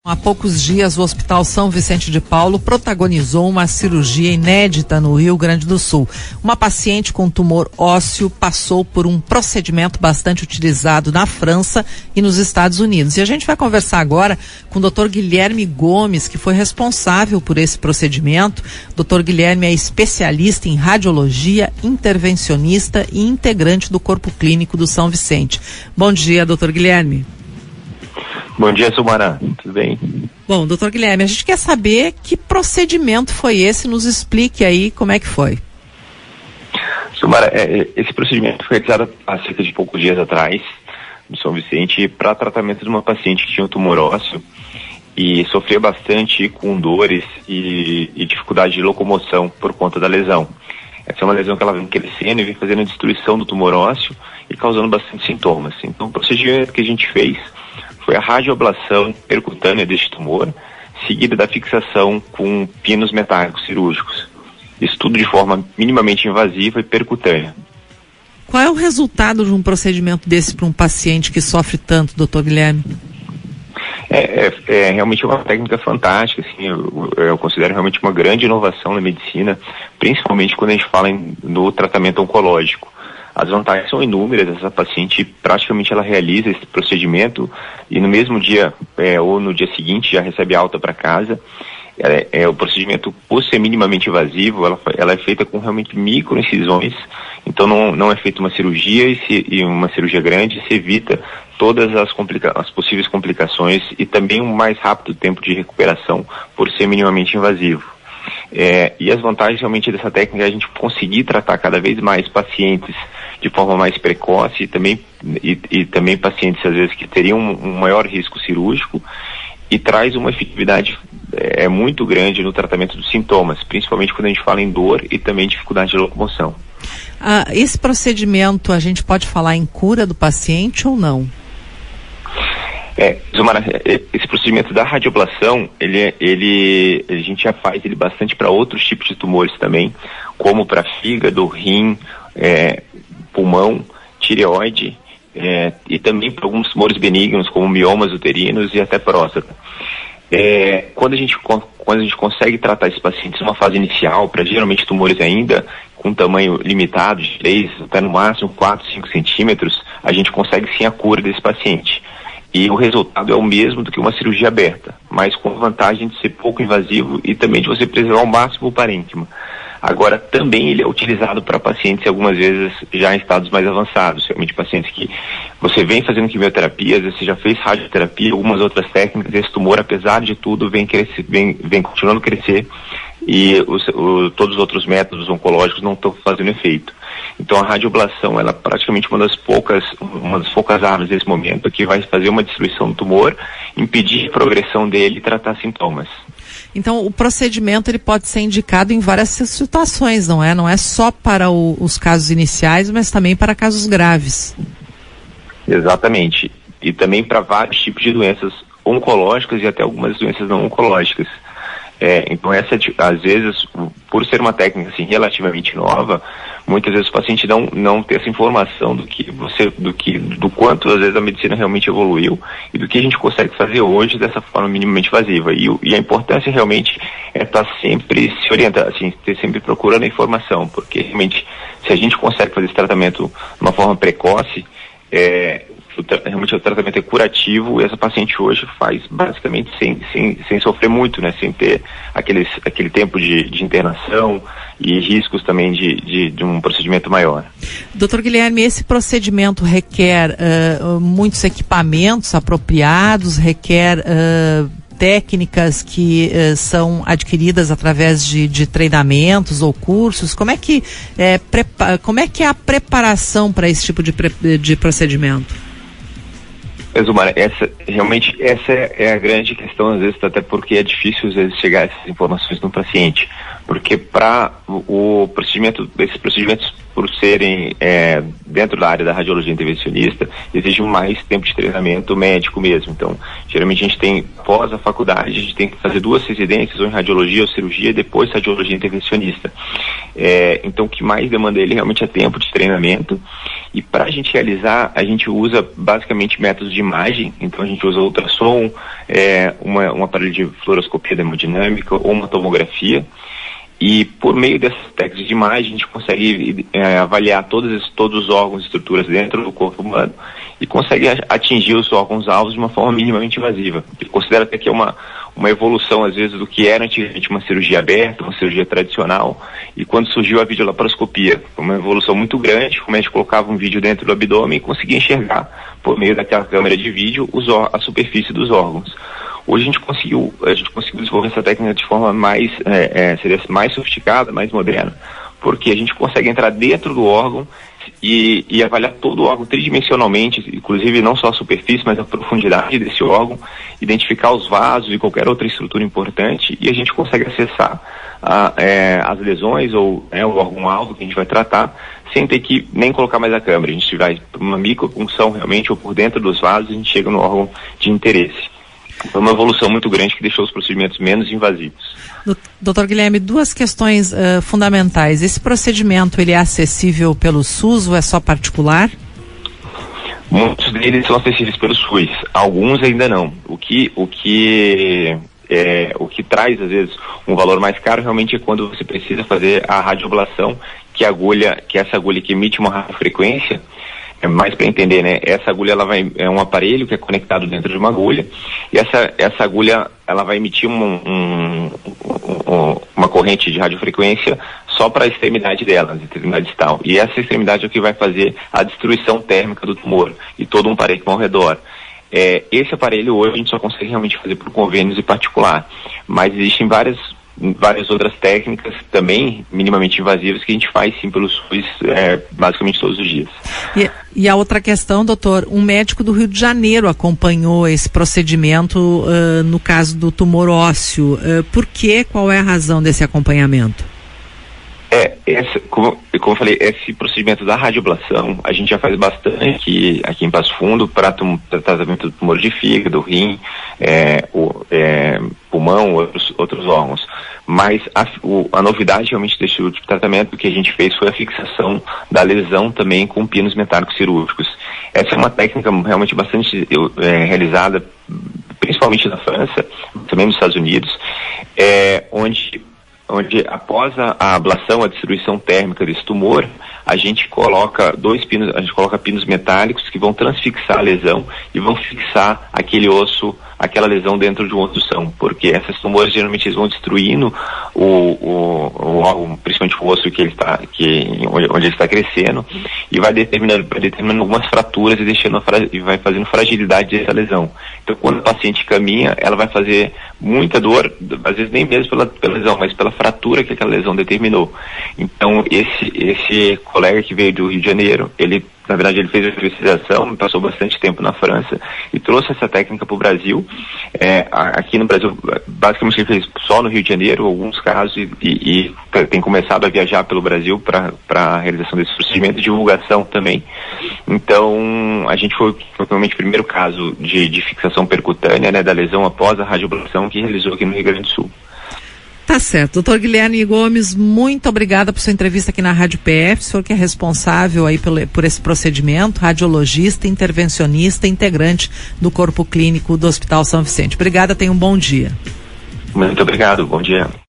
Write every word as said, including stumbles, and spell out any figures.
Há poucos dias, o Hospital São Vicente de Paulo protagonizou uma cirurgia inédita no Rio Grande do Sul. Uma paciente com tumor ósseo passou por um procedimento bastante utilizado na França e nos Estados Unidos. E a gente vai conversar agora com o doutor Guilherme Gomes, que foi responsável por esse procedimento. O doutor Guilherme é especialista em radiologia, intervencionista e integrante do Corpo Clínico do São Vicente. Bom dia, doutor Guilherme. Bom dia, Sumara. Tudo bem? Bom, doutor Guilherme, a gente quer saber que procedimento foi esse, nos explique aí como é que foi. Sumara, é, esse procedimento foi realizado há cerca de poucos dias atrás, no São Vicente, para tratamento de uma paciente que tinha um tumor ósseo e sofria bastante com dores e, e dificuldade de locomoção por conta da lesão. Essa é uma lesão que ela vem crescendo e vem fazendo a destruição do tumor ósseo e causando bastante sintomas. Então, o procedimento que a gente fez foi a radioablação percutânea deste tumor, seguida da fixação com pinos metálicos cirúrgicos. Isso tudo de forma minimamente invasiva e percutânea. Qual é o resultado de um procedimento desse para um paciente que sofre tanto, doutor Guilherme? É, é, é realmente uma técnica fantástica, assim, eu, eu considero realmente uma grande inovação na medicina, principalmente quando a gente fala em, no tratamento oncológico. As vantagens são inúmeras. Essa paciente praticamente ela realiza esse procedimento e no mesmo dia é, ou no dia seguinte já recebe alta para casa. É, é, o procedimento, por ser minimamente invasivo, ela, ela é feita com realmente microincisões, então não, não é feita uma cirurgia e, se, e uma cirurgia grande, se evita todas as, complica- as possíveis complicações e também um mais rápido tempo de recuperação por ser minimamente invasivo. É, e as vantagens realmente dessa técnica é a gente conseguir tratar cada vez mais pacientes de forma mais precoce e também, e, e também pacientes às vezes que teriam um, um maior risco cirúrgico e traz uma efetividade é, muito grande no tratamento dos sintomas, principalmente quando a gente fala em dor e também dificuldade de locomoção. Ah, esse procedimento a gente pode falar em cura do paciente ou não? É, Zumara, esse procedimento da radioablação, ele, ele, a gente já faz ele bastante para outros tipos de tumores também, como para fígado, rim, é, pulmão, tireoide, é, e também para alguns tumores benignos, como miomas uterinos e até próstata. É, quando, a gente, quando a gente consegue tratar esses pacientes numa fase inicial, para geralmente tumores ainda com tamanho limitado, de três até no máximo quatro, cinco centímetros, a gente consegue sim a cura desse paciente. E o resultado é o mesmo do que uma cirurgia aberta, mas com vantagem de ser pouco invasivo e também de você preservar ao máximo o parênquima. Agora, também ele é utilizado para pacientes, algumas vezes, já em estados mais avançados, realmente pacientes que você vem fazendo quimioterapia, às vezes você já fez radioterapia, algumas outras técnicas, esse tumor, apesar de tudo, vem, crescer, vem, vem continuando a crescer e os, o, todos os outros métodos oncológicos não estão fazendo efeito. Então a radioablação, ela é praticamente uma das poucas, uma das poucas armas nesse momento que vai fazer uma destruição do tumor, impedir a progressão dele e tratar sintomas. Então o procedimento ele pode ser indicado em várias situações, não é? Não é só para o, os casos iniciais, mas também para casos graves. Exatamente. E também para vários tipos de doenças oncológicas e até algumas doenças não oncológicas. É, então essa, às vezes, por ser uma técnica assim, relativamente nova, muitas vezes o paciente não, não tem essa informação do que você, do que, do quanto às vezes a medicina realmente evoluiu e do que a gente consegue fazer hoje dessa forma minimamente invasiva. E, e a importância realmente é estar sempre se orientando, assim, ter sempre procurando a informação, porque realmente se a gente consegue fazer esse tratamento de uma forma precoce, é, realmente o tratamento é curativo e essa paciente hoje faz basicamente sem, sem, sem sofrer muito, né? Sem ter aqueles, aquele tempo de, de internação e riscos também de, de, de um procedimento maior. doutor Guilherme, esse procedimento requer uh, muitos equipamentos apropriados, requer uh, técnicas que uh, são adquiridas através de, de treinamentos ou cursos. Como é que é, prepa- como é que é a preparação para esse tipo de, pre- de procedimento? Zumara, essa, realmente essa é a grande questão, às vezes, até porque é difícil às vezes chegar a essas informações no paciente, porque para o, o procedimento, esses procedimentos, por serem é, dentro da área da radiologia intervencionista, exigem mais tempo de treinamento médico mesmo. Então, geralmente a gente tem, após a faculdade, a gente tem que fazer duas residências, ou em radiologia ou cirurgia, e depois radiologia intervencionista. É, então, o que mais demanda ele realmente é tempo de treinamento, e para a gente realizar, a gente usa basicamente métodos de imagem, então a gente usa ultrassom, é, uma, um aparelho de fluoroscopia hemodinâmica ou uma tomografia. E por meio dessas técnicas de imagem, a gente consegue é, avaliar todos, todos os órgãos e estruturas dentro do corpo humano e consegue atingir os órgãos-alvos de uma forma minimamente invasiva. Eu considero até que é uma, uma evolução, às vezes, do que era antigamente uma cirurgia aberta, uma cirurgia tradicional, e quando surgiu a videolaparoscopia. Foi uma evolução muito grande, como a gente colocava um vídeo dentro do abdômen e conseguia enxergar, por meio daquela câmera de vídeo, os, a superfície dos órgãos. Hoje a gente conseguiu, a gente conseguiu desenvolver essa técnica de forma mais, é, é, seria mais sofisticada, mais moderna, porque a gente consegue entrar dentro do órgão e, e avaliar todo o órgão tridimensionalmente, inclusive não só a superfície, mas a profundidade desse órgão, identificar os vasos e qualquer outra estrutura importante, e a gente consegue acessar a, é, as lesões ou é, o órgão-alvo que a gente vai tratar, sem ter que nem colocar mais a câmera. A gente vai por uma micropunção realmente, ou por dentro dos vasos, a gente chega no órgão de interesse. Foi uma evolução muito grande que deixou os procedimentos menos invasivos. doutor Guilherme, duas questões uh, fundamentais. Esse procedimento, ele é acessível pelo SUS ou é só particular? Muitos deles são acessíveis pelo SUS, alguns ainda não. O que, o que, é, o que traz, às vezes, um valor mais caro realmente é quando você precisa fazer a radioablação, que, a agulha, que essa agulha que emite uma radiofrequência. É mais para entender, né? Essa agulha, ela vai, é um aparelho que é conectado dentro de uma agulha, e essa, essa agulha, ela vai emitir um, um, um, uma corrente de radiofrequência só para a extremidade dela, a extremidade distal. E essa extremidade é o que vai fazer a destruição térmica do tumor e todo um parênquima ao redor. É, esse aparelho hoje a gente só consegue realmente fazer por convênios e particular, mas existem várias várias outras técnicas também minimamente invasivas que a gente faz sim pelo SUS é, basicamente todos os dias. E, e a outra questão, doutor, um médico do Rio de Janeiro acompanhou esse procedimento uh, no caso do tumor ósseo. Uh, por quê? Qual é a razão desse acompanhamento? É, essa, como, como eu falei, esse procedimento da radioablação a gente já faz bastante aqui, aqui em Passo Fundo para tratamento do tumor de fígado, rim, é, o, é, pulmão, outros, outros órgãos. Mas a, o, a novidade realmente desse tipo de tratamento que a gente fez foi a fixação da lesão também com pinos metálicos cirúrgicos. Essa é uma técnica realmente bastante é, realizada, principalmente na França, também nos Estados Unidos, é, onde onde após a, a ablação, a destruição térmica desse tumor, a gente coloca dois pinos, a gente coloca pinos metálicos que vão transfixar a lesão e vão fixar aquele osso, aquela lesão dentro de um osso-são, porque esses tumores geralmente eles vão destruindo o, o, o órgão, principalmente o osso que ele está, que, onde, onde ele está crescendo, e vai determinando, vai determinando algumas fraturas e deixando a, e vai fazendo fragilidade dessa lesão. Então, quando o paciente caminha, ela vai fazer muita dor, às vezes nem mesmo pela, pela lesão, mas pela fratura que aquela lesão determinou. Então, esse, esse colega que veio do Rio de Janeiro, ele, na verdade, ele fez a especialização, passou bastante tempo na França e trouxe essa técnica para o Brasil. É, aqui no Brasil, basicamente ele fez só no Rio de Janeiro, alguns casos, e, e, e tem começado a viajar pelo Brasil para a realização desse procedimento e divulgação também. Então, a gente foi provavelmente o primeiro caso de, de fixação percutânea, né, da lesão após a radioablação que realizou aqui no Rio Grande do Sul. Tá certo. doutor Guilherme Gomes, muito obrigada por sua entrevista aqui na Rádio P F, o senhor que é responsável aí por, por esse procedimento, radiologista, intervencionista, integrante do Corpo Clínico do Hospital São Vicente. Obrigada, tenha um bom dia. Muito obrigado, bom dia.